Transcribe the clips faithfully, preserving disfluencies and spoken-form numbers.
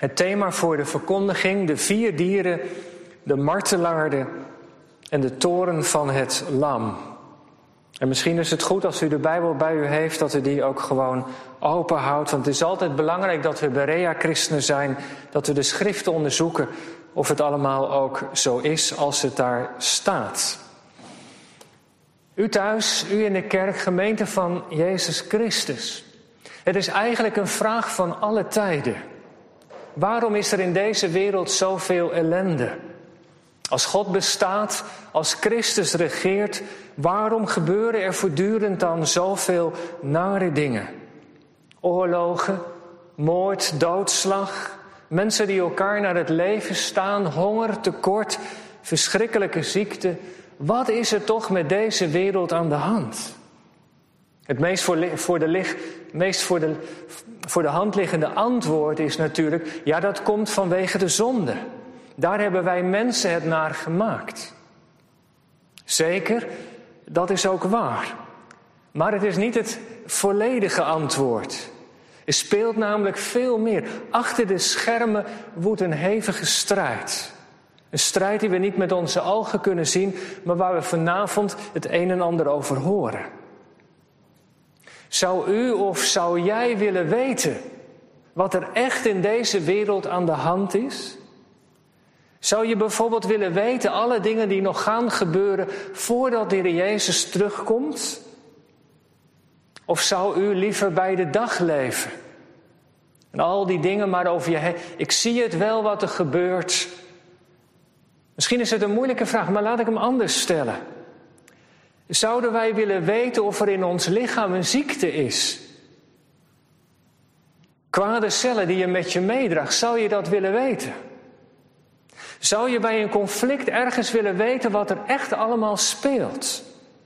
Het thema voor de verkondiging, de vier dieren, de martelaarde en de toren van het lam. En misschien is het goed als u de Bijbel bij u heeft, dat u die ook gewoon open houdt. Want het is altijd belangrijk dat we Berea-christenen zijn, dat we de schriften onderzoeken of het allemaal ook zo is als het daar staat. U thuis, u in de kerk, gemeente van Jezus Christus. Het is eigenlijk een vraag van alle tijden. Waarom is er in deze wereld zoveel ellende? Als God bestaat, als Christus regeert, waarom gebeuren er voortdurend dan zoveel nare dingen? Oorlogen, moord, doodslag, mensen die elkaar naar het leven staan, honger, tekort, verschrikkelijke ziekte. Wat is er toch met deze wereld aan de hand? Het meest voor, voor, de, lig, meest voor, de, voor de hand liggende antwoord is natuurlijk, ja, dat komt vanwege de zonde. Daar hebben wij mensen het naar gemaakt. Zeker, dat is ook waar. Maar het is niet het volledige antwoord. Er speelt namelijk veel meer. Achter de schermen woedt een hevige strijd. Een strijd die we niet met onze ogen kunnen zien, maar waar we vanavond het een en ander over horen. Zou u of zou jij willen weten wat er echt in deze wereld aan de hand is? Zou je bijvoorbeeld willen weten alle dingen die nog gaan gebeuren voordat de Heer Jezus terugkomt? Of zou u liever bij de dag leven? En al die dingen maar over je heen. Ik zie het wel wat er gebeurt. Misschien is het een moeilijke vraag, maar laat ik hem anders stellen. Zouden wij willen weten of er in ons lichaam een ziekte is? Kwade cellen die je met je meedraagt, zou je dat willen weten? Zou je bij een conflict ergens willen weten wat er echt allemaal speelt?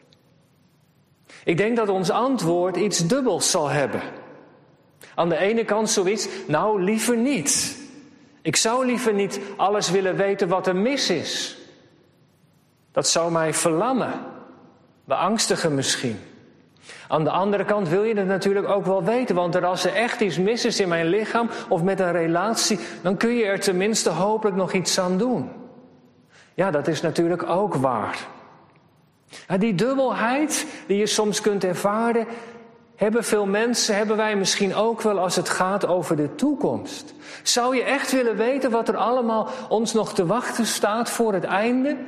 Ik denk dat ons antwoord iets dubbels zal hebben. Aan de ene kant zoiets, nou liever niet. Ik zou liever niet alles willen weten wat er mis is. Dat zou mij verlammen, beangstigen misschien. Aan de andere kant wil je het natuurlijk ook wel weten, want er als er echt iets mis is in mijn lichaam of met een relatie, dan kun je er tenminste hopelijk nog iets aan doen. Ja, dat is natuurlijk ook waar. Ja, die dubbelheid die je soms kunt ervaren, hebben veel mensen, hebben wij misschien ook wel als het gaat over de toekomst. Zou je echt willen weten wat er allemaal ons nog te wachten staat voor het einde?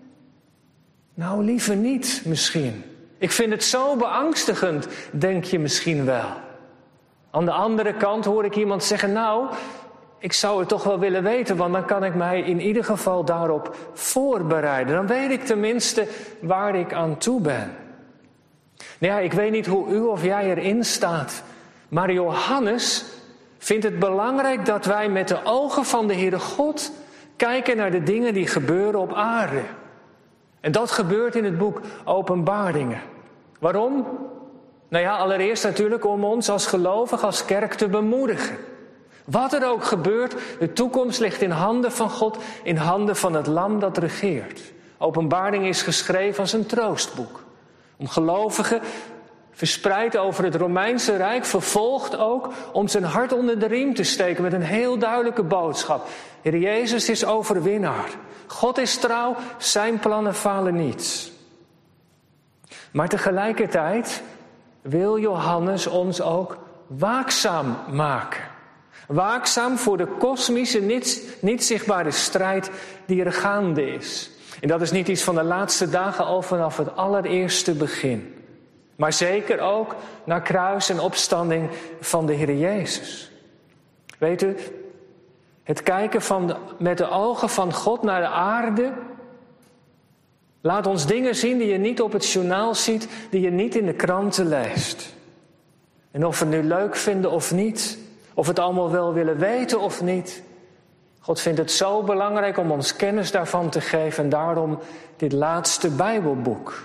Nou, liever niet misschien. Ik vind het zo beangstigend, denk je misschien wel. Aan de andere kant hoor ik iemand zeggen, nou, ik zou het toch wel willen weten, want dan kan ik mij in ieder geval daarop voorbereiden. Dan weet ik tenminste waar ik aan toe ben. Nou ja, ik weet niet hoe u of jij erin staat, maar Johannes vindt het belangrijk dat wij met de ogen van de Heere God kijken naar de dingen die gebeuren op aarde. En dat gebeurt in het boek Openbaringen. Waarom? Nou ja, allereerst natuurlijk om ons als gelovig, als kerk te bemoedigen. Wat er ook gebeurt, de toekomst ligt in handen van God, in handen van het lam dat regeert. Openbaring is geschreven als een troostboek. Om gelovigen, verspreid over het Romeinse Rijk, vervolgd ook, om zijn hart onder de riem te steken met een heel duidelijke boodschap. Heer Jezus is overwinnaar. God is trouw, zijn plannen falen niet. Maar tegelijkertijd wil Johannes ons ook waakzaam maken. Waakzaam voor de kosmische, niet, niet zichtbare strijd die er gaande is. En dat is niet iets van de laatste dagen al vanaf het allereerste begin. Maar zeker ook naar kruis en opstanding van de Heer Jezus. Weet u, het kijken van de, met de ogen van God naar de aarde laat ons dingen zien die je niet op het journaal ziet, die je niet in de kranten leest. En of we het nu leuk vinden of niet, of we het allemaal wel willen weten of niet, God vindt het zo belangrijk om ons kennis daarvan te geven en daarom dit laatste Bijbelboek.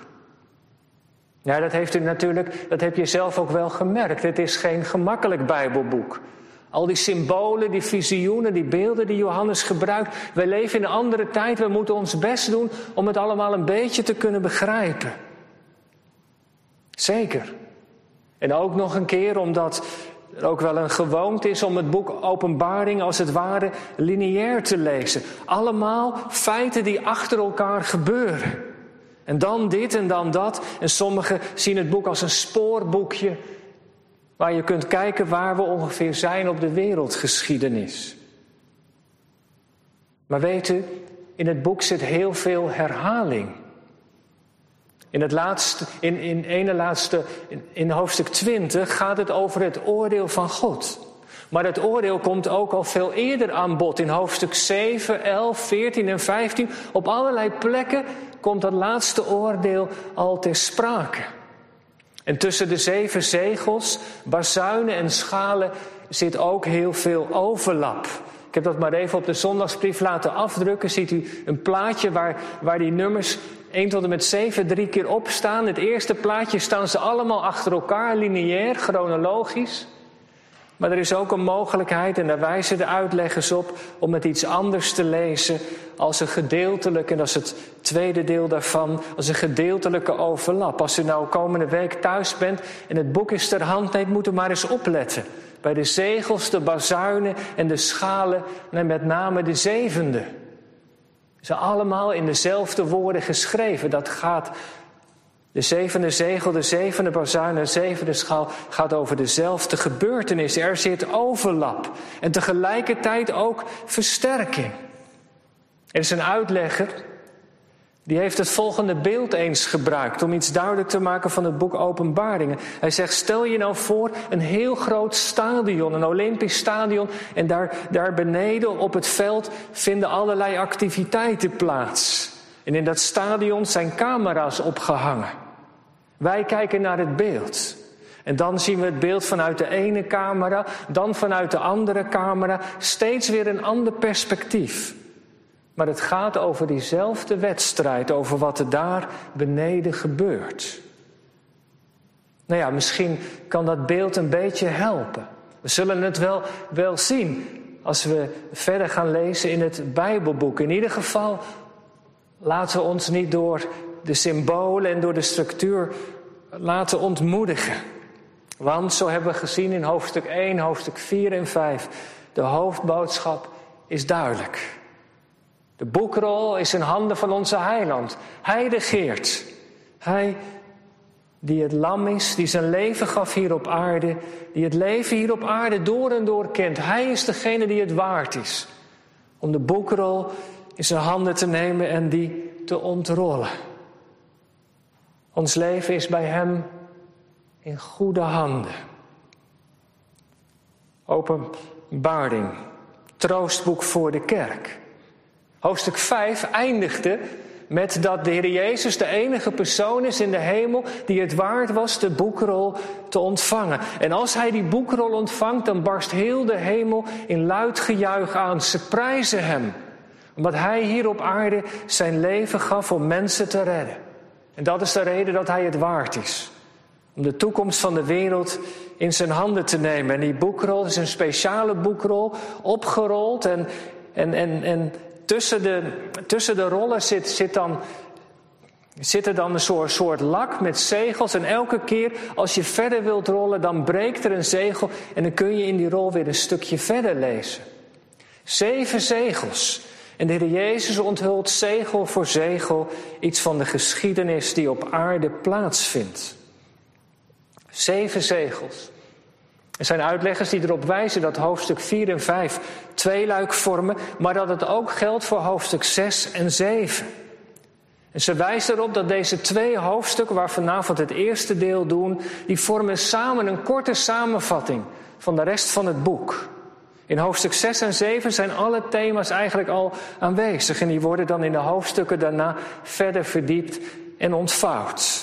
Ja, dat heeft u natuurlijk, dat heb je zelf ook wel gemerkt. Het is geen gemakkelijk Bijbelboek. Al die symbolen, die visioenen, die beelden die Johannes gebruikt. Wij leven in een andere tijd, we moeten ons best doen om het allemaal een beetje te kunnen begrijpen. Zeker. En ook nog een keer omdat er ook wel een gewoonte is om het boek Openbaring als het ware lineair te lezen. Allemaal feiten die achter elkaar gebeuren. En dan dit en dan dat. En sommigen zien het boek als een spoorboekje waar je kunt kijken waar we ongeveer zijn op de wereldgeschiedenis. Maar weet u, in het boek zit heel veel herhaling. In het laatste, in, in ene laatste, in, in hoofdstuk twintig gaat het over het oordeel van God. Maar het oordeel komt ook al veel eerder aan bod. In hoofdstuk zeven, elf, veertien en vijftien. Op allerlei plekken komt dat laatste oordeel al ter sprake. En tussen de zeven zegels, bazuinen en schalen zit ook heel veel overlap. Ik heb dat maar even op de zondagsbrief laten afdrukken. Ziet u een plaatje waar, waar die nummers één tot en met zeven drie keer op staan. Het eerste plaatje staan ze allemaal achter elkaar, lineair, chronologisch. Maar er is ook een mogelijkheid, en daar wijzen de uitleggers op, om het iets anders te lezen als een gedeeltelijk, en dat is het tweede deel daarvan, als een gedeeltelijke overlap. Als u nou komende week thuis bent en het boek is ter hand neemt, moet u maar eens opletten. Bij de zegels, de bazuinen en de schalen, en met name de zevende. Ze allemaal in dezelfde woorden geschreven. Dat gaat, de zevende zegel, de zevende bazuin en de zevende schaal gaat over dezelfde gebeurtenis. Er zit overlap en tegelijkertijd ook versterking. Er is een uitlegger, die heeft het volgende beeld eens gebruikt om iets duidelijk te maken van het boek Openbaringen. Hij zegt, stel je nou voor een heel groot stadion, een Olympisch stadion, en daar, daar beneden op het veld vinden allerlei activiteiten plaats. En in dat stadion zijn camera's opgehangen. Wij kijken naar het beeld. En dan zien we het beeld vanuit de ene camera, dan vanuit de andere camera, steeds weer een ander perspectief. Maar het gaat over diezelfde wedstrijd, over wat er daar beneden gebeurt. Nou ja, misschien kan dat beeld een beetje helpen. We zullen het wel, wel zien als we verder gaan lezen in het Bijbelboek. In ieder geval laten we ons niet door de symbolen en door de structuur laten ontmoedigen. Want zo hebben we gezien in hoofdstuk één, hoofdstuk vier en vijf, de hoofdboodschap is duidelijk. De boekrol is in handen van onze heiland. Hij regeert. Hij die het lam is, die zijn leven gaf hier op aarde, die het leven hier op aarde door en door kent. Hij is degene die het waard is om de boekrol in zijn handen te nemen en die te ontrollen. Ons leven is bij hem in goede handen. Openbaring, troostboek voor de kerk. Hoofdstuk vijf eindigde met dat de Heer Jezus de enige persoon is in de hemel die het waard was de boekrol te ontvangen. En als hij die boekrol ontvangt, dan barst heel de hemel in luid gejuich aan. Ze prijzen hem, omdat hij hier op aarde zijn leven gaf om mensen te redden. En dat is de reden dat hij het waard is. Om de toekomst van de wereld in zijn handen te nemen. En die boekrol is een speciale boekrol, opgerold en, en, en, en Tussen de, tussen de rollen zit, zit, dan, zit er dan een soort, soort lak met zegels. En elke keer als je verder wilt rollen, dan breekt er een zegel. En dan kun je in die rol weer een stukje verder lezen. Zeven zegels. En de Heer Jezus onthult zegel voor zegel iets van de geschiedenis die op aarde plaatsvindt. Zeven zegels. Er zijn uitleggers die erop wijzen dat hoofdstuk vier en vijf tweeluik vormen, maar dat het ook geldt voor hoofdstuk zes en zeven. En ze wijzen erop dat deze twee hoofdstukken, waar vanavond het eerste deel doen, die vormen samen een korte samenvatting van de rest van het boek. In hoofdstuk zes en zeven zijn alle thema's eigenlijk al aanwezig en die worden dan in de hoofdstukken daarna verder verdiept en ontvouwd.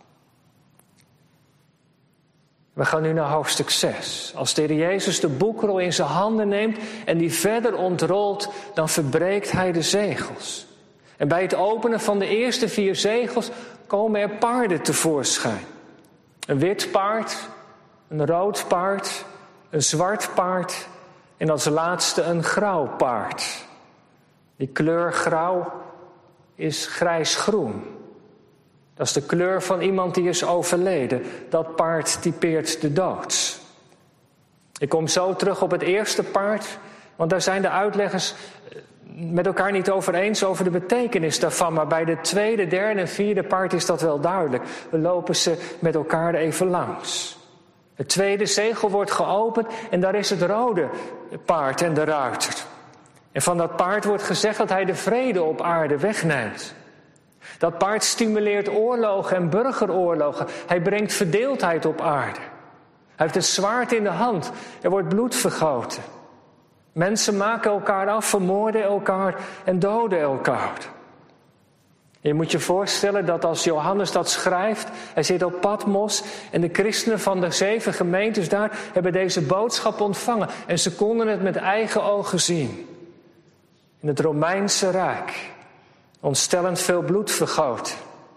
We gaan nu naar hoofdstuk zes. Als de Heer Jezus de boekrol in zijn handen neemt en die verder ontrolt, dan verbreekt hij de zegels. En bij het openen van de eerste vier zegels komen er paarden tevoorschijn. Een wit paard, een rood paard, een zwart paard en als laatste een grauw paard. Die kleur grauw is grijsgroen. Dat is de kleur van iemand die is overleden. Dat paard typeert de dood. Ik kom zo terug op het eerste paard, want daar zijn de uitleggers met elkaar niet over eens over de betekenis daarvan. Maar bij de tweede, derde en vierde paard is dat wel duidelijk. We lopen ze met elkaar even langs. Het tweede zegel wordt geopend en daar is het rode paard en de ruiter. En van dat paard wordt gezegd dat hij de vrede op aarde wegneemt. Dat paard stimuleert oorlogen en burgeroorlogen. Hij brengt verdeeldheid op aarde. Hij heeft het zwaard in de hand. Er wordt bloed vergoten. Mensen maken elkaar af, vermoorden elkaar en doden elkaar. Je moet je voorstellen dat als Johannes dat schrijft, hij zit op Patmos en de christenen van de zeven gemeentes daar hebben deze boodschap ontvangen. En ze konden het met eigen ogen zien. In het Romeinse Rijk, ontstellend veel bloed vergoten.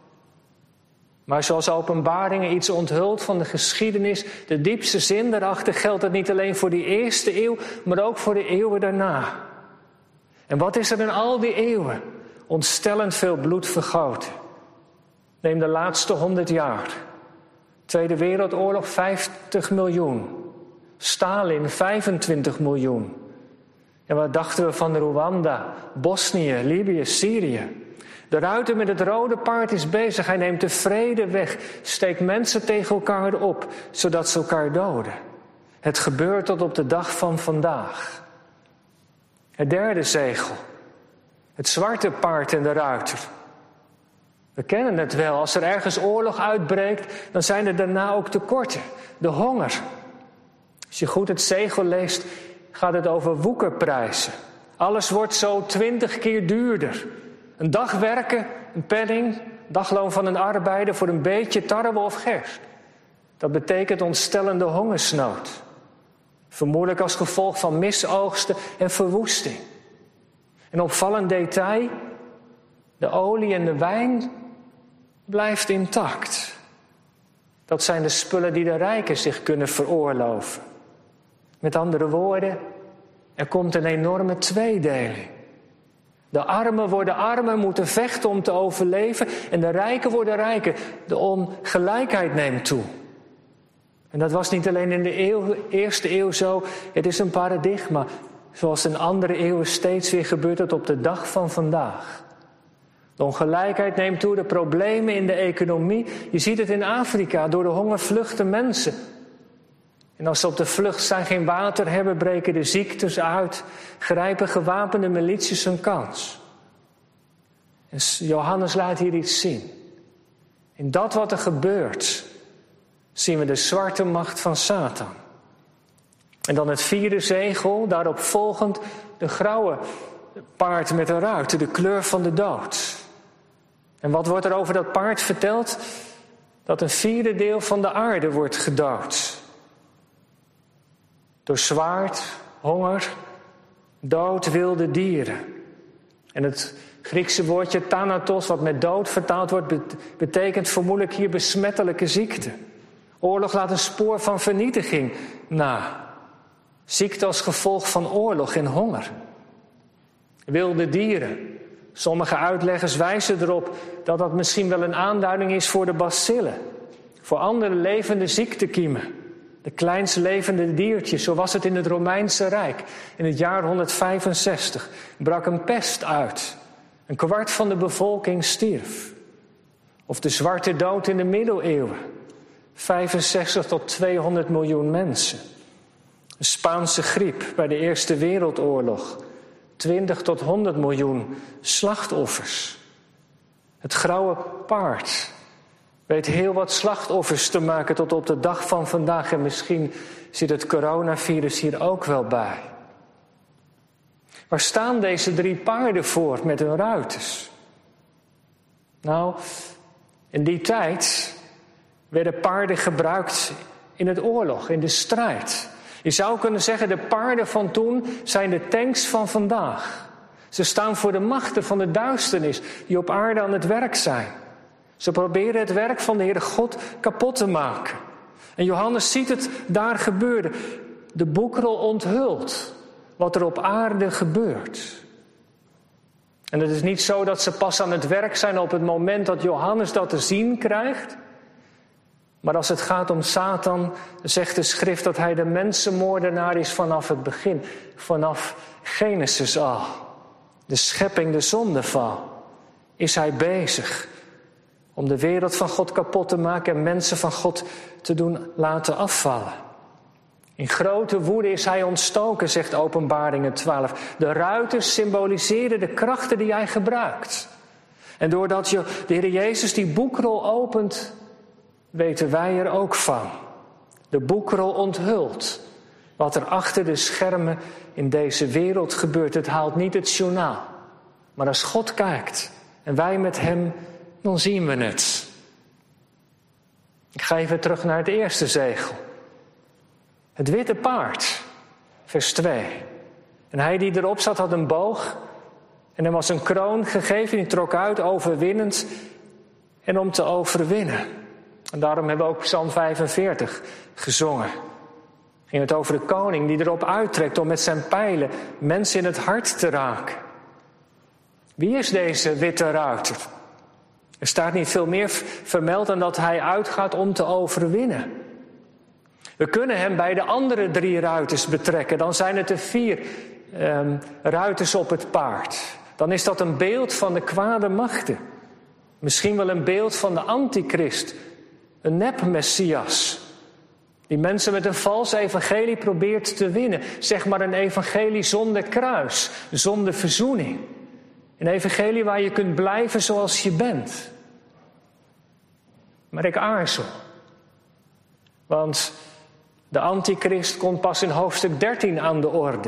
Maar zoals Openbaringen iets onthult van de geschiedenis, de diepste zin daarachter, geldt het niet alleen voor die eerste eeuw, maar ook voor de eeuwen daarna. En wat is er in al die eeuwen? Ontstellend veel bloed vergoten. Neem de laatste honderd jaar. Tweede Wereldoorlog vijftig miljoen. Stalin vijfentwintig miljoen. En wat dachten we van Rwanda, Bosnië, Libië, Syrië? De ruiter met het rode paard is bezig. Hij neemt de vrede weg, steekt mensen tegen elkaar op, zodat ze elkaar doden. Het gebeurt tot op de dag van vandaag. Het derde zegel. Het zwarte paard en de ruiter. We kennen het wel. Als er ergens oorlog uitbreekt, dan zijn er daarna ook tekorten. De honger. Als je goed het zegel leest, gaat het over woekerprijzen. Alles wordt zo twintig keer duurder. Een dag werken, een penning, dagloon van een arbeider voor een beetje tarwe of gerst. Dat betekent ontstellende hongersnood. Vermoedelijk als gevolg van misoogsten en verwoesting. Een opvallend detail, de olie en de wijn blijft intact. Dat zijn de spullen die de rijken zich kunnen veroorloven. Met andere woorden, er komt een enorme tweedeling. De armen worden armer, moeten vechten om te overleven. En de rijken worden rijker. De ongelijkheid neemt toe. En dat was niet alleen in de eeuw, eerste eeuw zo. Het is een paradigma. Zoals in andere eeuwen steeds weer gebeurt het op de dag van vandaag. De ongelijkheid neemt toe, de problemen in de economie. Je ziet het in Afrika, door de honger vluchten mensen. En als ze op de vlucht zijn, geen water hebben, breken de ziektes uit. Grijpen gewapende milities hun kans. En Johannes laat hier iets zien. In dat wat er gebeurt, zien we de zwarte macht van Satan. En dan het vierde zegel, daarop volgend de grauwe paard met een ruiter, de kleur van de dood. En wat wordt er over dat paard verteld? Dat een vierde deel van de aarde wordt gedood. Door zwaard, honger, dood, wilde dieren. En het Griekse woordje thanatos, wat met dood vertaald wordt, betekent vermoedelijk hier besmettelijke ziekte. Oorlog laat een spoor van vernietiging na. Ziekte als gevolg van oorlog en honger. Wilde dieren. Sommige uitleggers wijzen erop dat dat misschien wel een aanduiding is voor de bacillen. Voor andere levende ziektekiemen. De kleinst levende diertjes, zo was het in het Romeinse Rijk. In het jaar honderdvijfenzestig brak een pest uit. Een kwart van de bevolking stierf. Of de zwarte dood in de middeleeuwen. vijfenzestig tot tweehonderd miljoen mensen. De Spaanse griep bij de Eerste Wereldoorlog. twintig tot honderd miljoen slachtoffers. Het grauwe paard weet heel wat slachtoffers te maken tot op de dag van vandaag. En misschien zit het coronavirus hier ook wel bij. Waar staan deze drie paarden voor met hun ruiters? Nou, in die tijd werden paarden gebruikt in het oorlog, in de strijd. Je zou kunnen zeggen, de paarden van toen zijn de tanks van vandaag. Ze staan voor de machten van de duisternis die op aarde aan het werk zijn. Ze proberen het werk van de Heere God kapot te maken. En Johannes ziet het daar gebeuren. De boekrol onthult wat er op aarde gebeurt. En het is niet zo dat ze pas aan het werk zijn op het moment dat Johannes dat te zien krijgt. Maar als het gaat om Satan, zegt de schrift dat hij de mensenmoordenaar is vanaf het begin. Vanaf Genesis al. De schepping, de zondeval. Is hij bezig om de wereld van God kapot te maken en mensen van God te doen laten afvallen. In grote woede is hij ontstoken, zegt Openbaringen twaalf. De ruiters symboliseren de krachten die hij gebruikt. En doordat je de Heer Jezus die boekrol opent, weten wij er ook van. De boekrol onthult wat er achter de schermen in deze wereld gebeurt. Het haalt niet het journaal. Maar als God kijkt en wij met hem, dan zien we het. Ik ga even terug naar het eerste zegel. Het witte paard, vers twee. En hij die erop zat had een boog en hem was een kroon gegeven. Die trok uit, overwinnend en om te overwinnen. En daarom hebben we ook Psalm vijfenveertig gezongen. Ging het over de koning die erop uittrekt om met zijn pijlen mensen in het hart te raken. Wie is deze witte ruiter? Er staat niet veel meer vermeld dan dat hij uitgaat om te overwinnen. We kunnen hem bij de andere drie ruiters betrekken. Dan zijn het er vier um, ruiters op het paard. Dan is dat een beeld van de kwade machten. Misschien wel een beeld van de antichrist. Een nep-messias. Die mensen met een vals evangelie probeert te winnen. Zeg maar een evangelie zonder kruis. Zonder verzoening. Een evangelie waar je kunt blijven zoals je bent. Maar ik aarzel. Want de antichrist komt pas in hoofdstuk dertien aan de orde.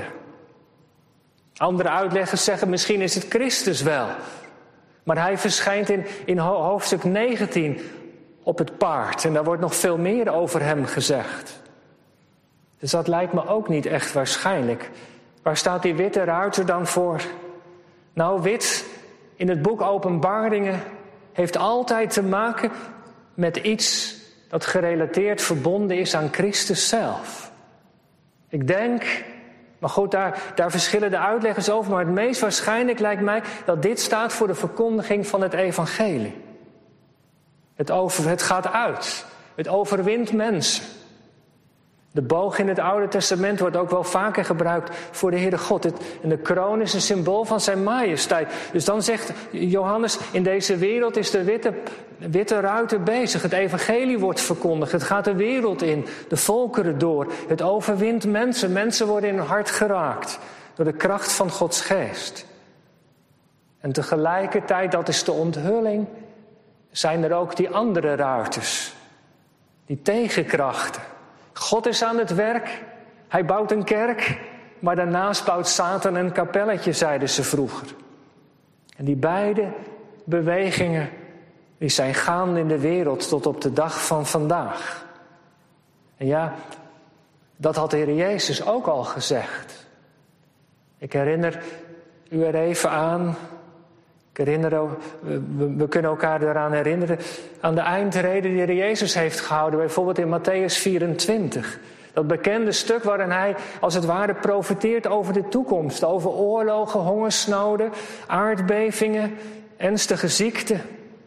Andere uitleggers zeggen misschien is het Christus wel. Maar hij verschijnt in, in hoofdstuk negentien op het paard. En daar wordt nog veel meer over hem gezegd. Dus dat lijkt me ook niet echt waarschijnlijk. Waar staat die witte ruiter dan voor? Nou, wit in het boek Openbaringen heeft altijd te maken met iets dat gerelateerd verbonden is aan Christus zelf. Ik denk, maar goed, daar, daar verschillen de uitleggers over, maar het meest waarschijnlijk lijkt mij dat dit staat voor de verkondiging van het evangelie. Het, over, het gaat uit. Het overwint mensen. De boog in het Oude Testament wordt ook wel vaker gebruikt voor de Heere God. Het, en de kroon is een symbool van zijn majesteit. Dus dan zegt Johannes, in deze wereld is de witte, witte ruiter bezig. Het evangelie wordt verkondigd. Het gaat de wereld in, de volkeren door. Het overwint mensen. Mensen worden in hun hart geraakt door de kracht van Gods geest. En tegelijkertijd, dat is de onthulling, zijn er ook die andere ruiters. Die tegenkrachten. God is aan het werk, hij bouwt een kerk, maar daarnaast bouwt Satan een kapelletje, zeiden ze vroeger. En die beide bewegingen, die zijn gaande in de wereld tot op de dag van vandaag. En ja, dat had de Heer Jezus ook al gezegd. Ik herinner u er even aan, ik herinner, we, we kunnen elkaar eraan herinneren aan de eindrede die de Heer Jezus heeft gehouden, bijvoorbeeld in Matthäus vierentwintig. Dat bekende stuk waarin hij als het ware profeteert over de toekomst, over oorlogen, hongersnoden, aardbevingen, ernstige ziekten.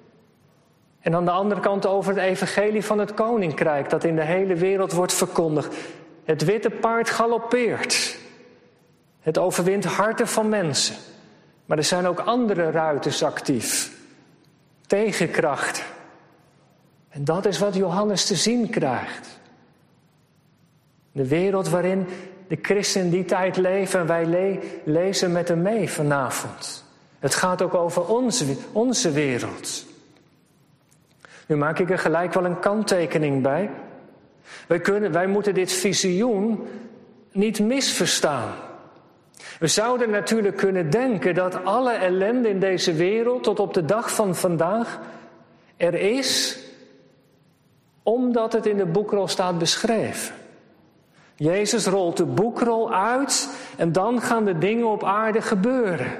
En aan de andere kant over het evangelie van het koninkrijk dat in de hele wereld wordt verkondigd. Het witte paard galoppeert. Het overwint harten van mensen. Maar er zijn ook andere ruiters actief. Tegenkrachten. En dat is wat Johannes te zien krijgt. De wereld waarin de christenen in die tijd leven en wij le- lezen met hem mee vanavond. Het gaat ook over onze, onze wereld. Nu maak ik er gelijk wel een kanttekening bij. Wij, kunnen, wij moeten dit visioen niet misverstaan. We zouden natuurlijk kunnen denken dat alle ellende in deze wereld tot op de dag van vandaag er is, omdat het in de boekrol staat beschreven. Jezus rolt de boekrol uit en dan gaan de dingen op aarde gebeuren.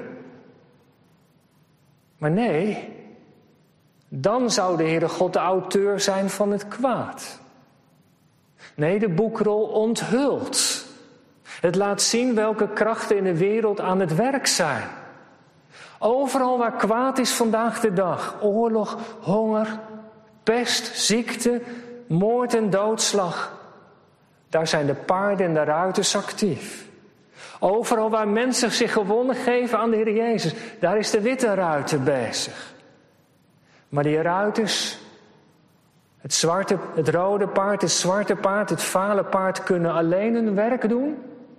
Maar nee, dan zou de Heere God de auteur zijn van het kwaad. Nee, de boekrol onthult. Het laat zien welke krachten in de wereld aan het werk zijn. Overal waar kwaad is vandaag de dag, oorlog, honger, pest, ziekte, moord en doodslag, daar zijn de paarden en de ruiters actief. Overal waar mensen zich gewonnen geven aan de Heer Jezus, daar is de witte ruiter bezig. Maar die ruiters, het, zwarte, het rode paard, het zwarte paard, het vale paard, kunnen alleen hun werk doen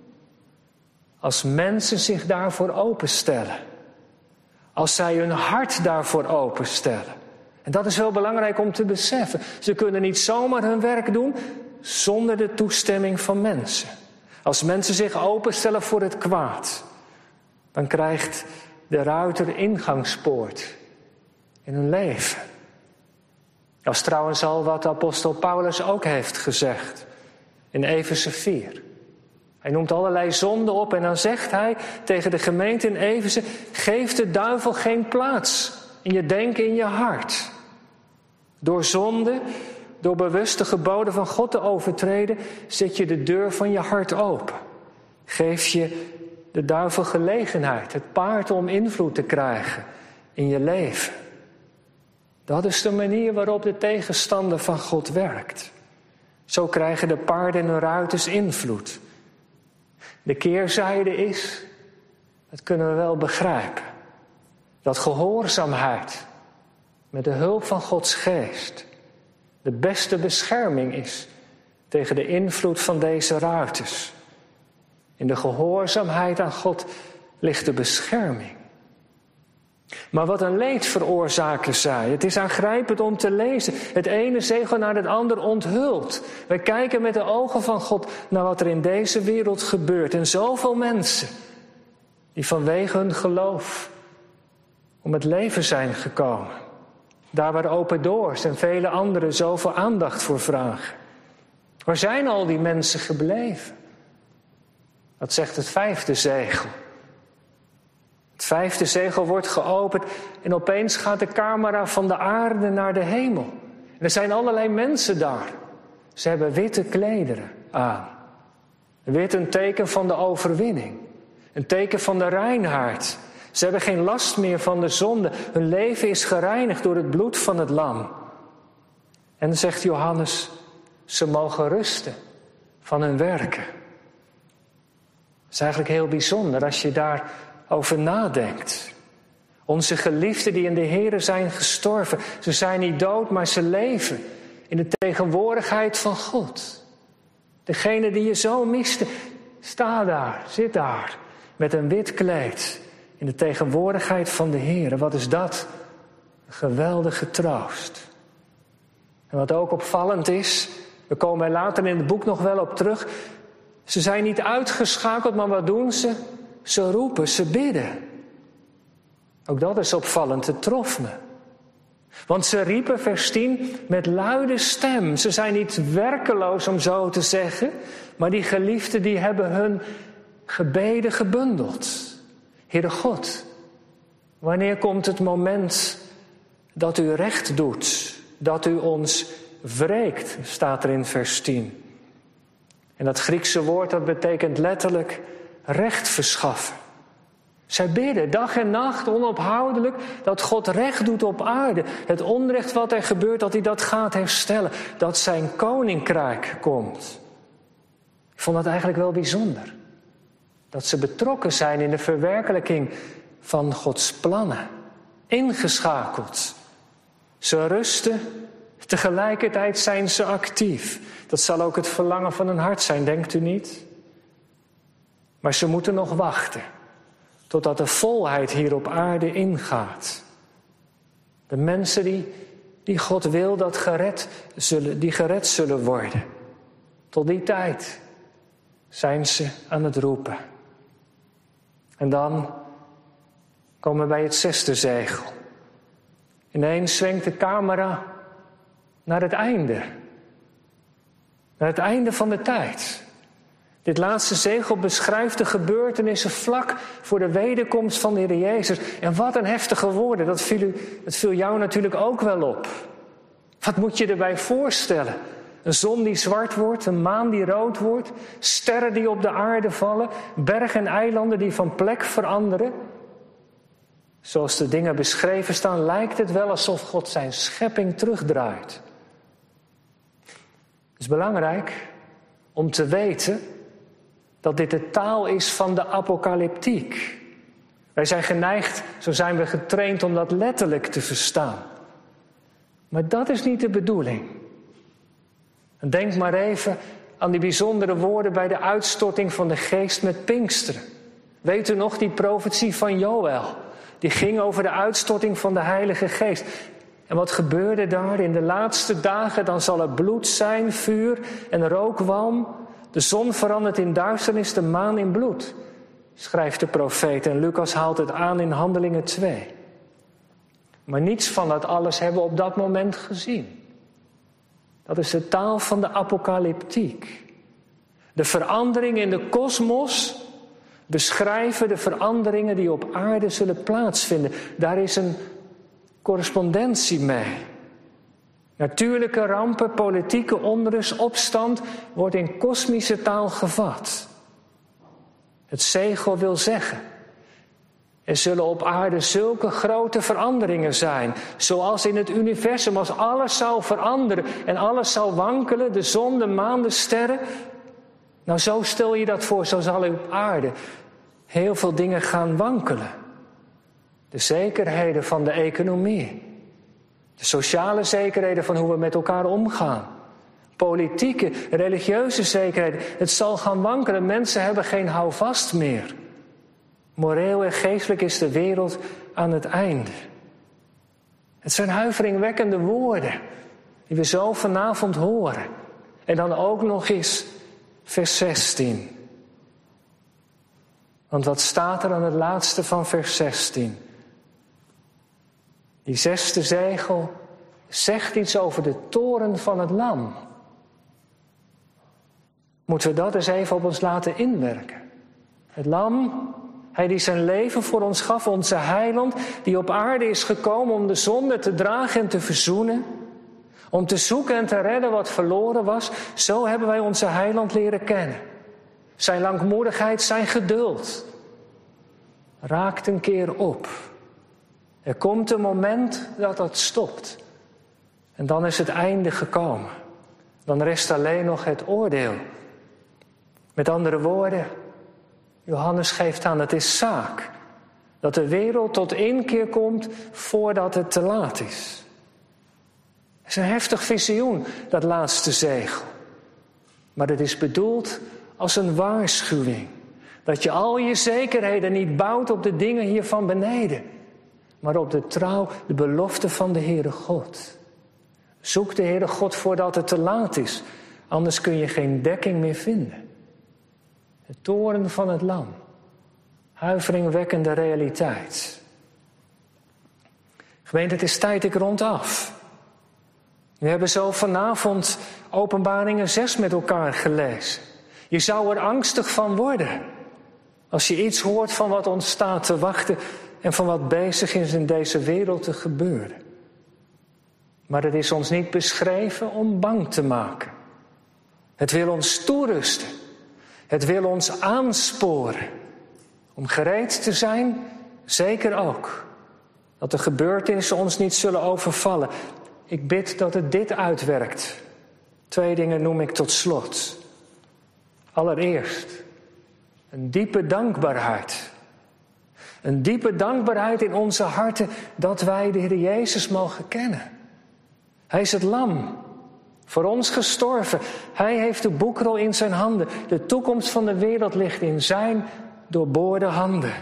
als mensen zich daarvoor openstellen. Als zij hun hart daarvoor openstellen. En dat is wel belangrijk om te beseffen. Ze kunnen niet zomaar hun werk doen zonder de toestemming van mensen. Als mensen zich openstellen voor het kwaad, dan krijgt de ruiter ingangspoort in hun leven. Dat is trouwens al wat apostel Paulus ook heeft gezegd in Efeze vier. Hij noemt allerlei zonden op en dan zegt hij tegen de gemeente in Efeze: geef de duivel geen plaats in je denken, in je hart. Door zonde, door bewuste geboden van God te overtreden, zet je de deur van je hart open. Geef je de duivel gelegenheid, het paard om invloed te krijgen in je leven. Dat is de manier waarop de tegenstander van God werkt. Zo krijgen de paarden en de ruiters invloed. De keerzijde is, dat kunnen we wel begrijpen, dat gehoorzaamheid met de hulp van Gods geest de beste bescherming is tegen de invloed van deze ruiters. In de gehoorzaamheid aan God ligt de bescherming. Maar wat een leed veroorzaken zij. Het is aangrijpend om te lezen. Het ene zegel naar het ander onthult. Wij kijken met de ogen van God naar wat er in deze wereld gebeurt. En zoveel mensen die vanwege hun geloof om het leven zijn gekomen. Daar waar Open Doors en vele anderen zoveel aandacht voor vragen. Waar zijn al die mensen gebleven? Dat zegt het vijfde zegel. Het vijfde zegel wordt geopend en opeens gaat de camera van de aarde naar de hemel. En er zijn allerlei mensen daar. Ze hebben witte klederen aan. Wit een teken van de overwinning. Een teken van de reinheid. Ze hebben geen last meer van de zonde. Hun leven is gereinigd door het bloed van het lam. En dan zegt Johannes, ze mogen rusten van hun werken. Het is eigenlijk heel bijzonder als je daarover nadenkt. Onze geliefden die in de Here zijn gestorven, ze zijn niet dood, maar ze leven in de tegenwoordigheid van God. Degene die je zo miste, sta daar, zit daar, met een wit kleed, in de tegenwoordigheid van de Here. Wat is dat? Een geweldige troost. En wat ook opvallend is, we komen er later in het boek nog wel op terug. Ze zijn niet uitgeschakeld, maar wat doen ze? Ze roepen, ze bidden. Ook dat is opvallend, het trof me. Want ze riepen, vers tien, met luide stem. Ze zijn niet werkeloos, om zo te zeggen, maar die geliefden die hebben hun gebeden gebundeld. Heere God, wanneer komt het moment dat u recht doet, dat u ons wreekt, staat er in vers tien. En dat Griekse woord, dat betekent letterlijk recht verschaffen. Zij bidden dag en nacht onophoudelijk dat God recht doet op aarde. Het onrecht wat er gebeurt, dat hij dat gaat herstellen. Dat zijn koninkrijk komt. Ik vond dat eigenlijk wel bijzonder. Dat ze betrokken zijn in de verwerkelijking van Gods plannen. Ingeschakeld. Ze rusten, tegelijkertijd zijn ze actief. Dat zal ook het verlangen van hun hart zijn, denkt u niet? Maar ze moeten nog wachten totdat de volheid hier op aarde ingaat. De mensen die, die God wil dat gered zullen, die gered zullen worden. Tot die tijd zijn ze aan het roepen. En dan komen we bij het zesde zegel. Ineens zwenkt de camera naar het einde. Naar het einde van de tijd. Dit laatste zegel beschrijft de gebeurtenissen vlak voor de wederkomst van de Heer Jezus. En wat een heftige woorden, dat viel, u, dat viel jou natuurlijk ook wel op. Wat moet je erbij voorstellen? Een zon die zwart wordt, een maan die rood wordt, sterren die op de aarde vallen, bergen en eilanden die van plek veranderen. Zoals de dingen beschreven staan, lijkt het wel alsof God zijn schepping terugdraait. is belangrijk om te weten dat dit de taal is van de apocalyptiek. Wij zijn geneigd, zo zijn we getraind om dat letterlijk te verstaan. Maar dat is niet de bedoeling. En denk maar even aan die bijzondere woorden bij de uitstorting van de geest met Pinksteren. Weet u nog die profetie van Joël? Die ging over de uitstorting van de Heilige Geest. En wat gebeurde daar? In de laatste dagen dan zal er bloed zijn, vuur en rookwalm. De zon verandert in duisternis, de maan in bloed, schrijft de profeet. En Lucas haalt het aan in Handelingen twee. Maar niets van dat alles hebben we op dat moment gezien. Dat is de taal van de apocalyptiek. De veranderingen in de kosmos beschrijven de veranderingen die op aarde zullen plaatsvinden. Daar is een correspondentie mee. Natuurlijke rampen, politieke onrust, opstand wordt in kosmische taal gevat. Het zegel wil zeggen: er zullen op aarde zulke grote veranderingen zijn, zoals in het universum, als alles zou veranderen en alles zou wankelen, de zon, de maan, de sterren. Nou, zo stel je dat voor, zo zal op aarde heel veel dingen gaan wankelen. De zekerheden van de economie, de sociale zekerheden van hoe we met elkaar omgaan, politieke, religieuze zekerheden. Het zal gaan wankelen, mensen hebben geen houvast meer. Moreel en geestelijk is de wereld aan het einde. Het zijn huiveringwekkende woorden die we zo vanavond horen. En dan ook nog eens vers zestien. Want wat staat er aan het laatste van vers zestien? Die zesde zegel zegt iets over de toren van het lam. Moeten we dat eens even op ons laten inwerken? Het lam, hij die zijn leven voor ons gaf, onze heiland, die op aarde is gekomen om de zonde te dragen en te verzoenen, om te zoeken en te redden wat verloren was. Zo hebben wij onze heiland leren kennen. Zijn langmoedigheid, zijn geduld raakt een keer op. Er komt een moment dat dat stopt. En dan is het einde gekomen. Dan rest alleen nog het oordeel. Met andere woorden, Johannes geeft aan, het is zaak dat de wereld tot inkeer komt voordat het te laat is. Het is een heftig visioen, dat laatste zegel. Maar het is bedoeld als een waarschuwing. Dat je al je zekerheden niet bouwt op de dingen hier van beneden, maar op de trouw, de belofte van de Heere God. Zoek de Heere God voordat het te laat is, anders kun je geen dekking meer vinden. De toren van het lam. Huiveringwekkende realiteit. Gemeente, het is tijd, ik rond af. We hebben zo vanavond Openbaringen zes met elkaar gelezen. Je zou er angstig van worden als je iets hoort van wat ons staat te wachten en van wat bezig is in deze wereld te gebeuren. Maar het is ons niet beschreven om bang te maken. Het wil ons toerusten. Het wil ons aansporen om gereed te zijn, zeker ook. Dat de gebeurtenissen ons niet zullen overvallen. Ik bid dat het dit uitwerkt. Twee dingen noem ik tot slot. Allereerst, een diepe dankbaarheid. Een diepe dankbaarheid in onze harten dat wij de Heer Jezus mogen kennen. Hij is het lam, voor ons gestorven. Hij heeft de boekrol in zijn handen. De toekomst van de wereld ligt in zijn doorboorde handen.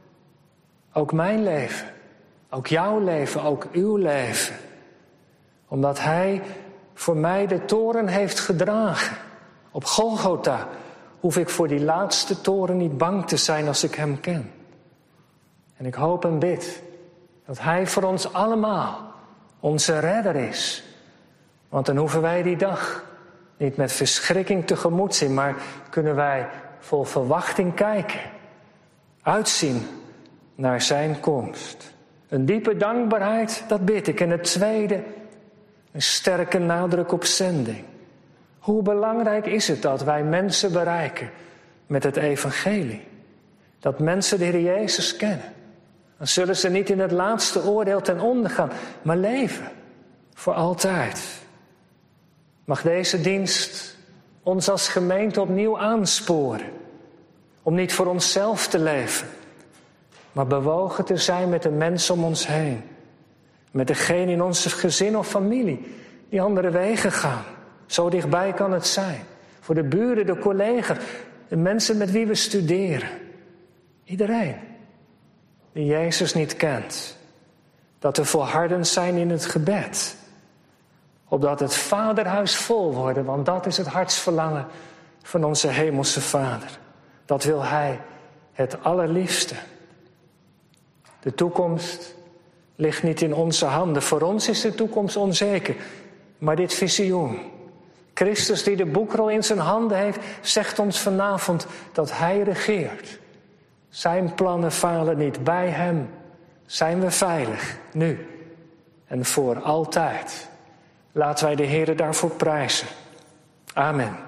Ook mijn leven, ook jouw leven, ook uw leven. Omdat hij voor mij de toren heeft gedragen. Op Golgotha hoef ik voor die laatste toren niet bang te zijn als ik hem ken. En ik hoop en bid dat hij voor ons allemaal onze redder is. Want dan hoeven wij die dag niet met verschrikking tegemoet zien, maar kunnen wij vol verwachting kijken. Uitzien naar zijn komst. Een diepe dankbaarheid, dat bid ik. En het tweede, een sterke nadruk op zending. Hoe belangrijk is het dat wij mensen bereiken met het evangelie? Dat mensen de Heer Jezus kennen. Dan zullen ze niet in het laatste oordeel ten onder gaan, maar leven voor altijd. Mag deze dienst ons als gemeente opnieuw aansporen om niet voor onszelf te leven, maar bewogen te zijn met de mensen om ons heen. Met degene in ons gezin of familie die andere wegen gaan. Zo dichtbij kan het zijn. Voor de buren, de collega's, de mensen met wie we studeren. Iedereen die Jezus niet kent. Dat we volhardend zijn in het gebed. Opdat het vaderhuis vol wordt, want dat is het hartsverlangen van onze hemelse Vader. Dat wil Hij het allerliefste. De toekomst ligt niet in onze handen. Voor ons is de toekomst onzeker. Maar dit visioen, Christus die de boekrol in zijn handen heeft, zegt ons vanavond dat Hij regeert. Zijn plannen falen niet. Bij Hem zijn we veilig, nu en voor altijd. Laten wij de Heere daarvoor prijzen. Amen.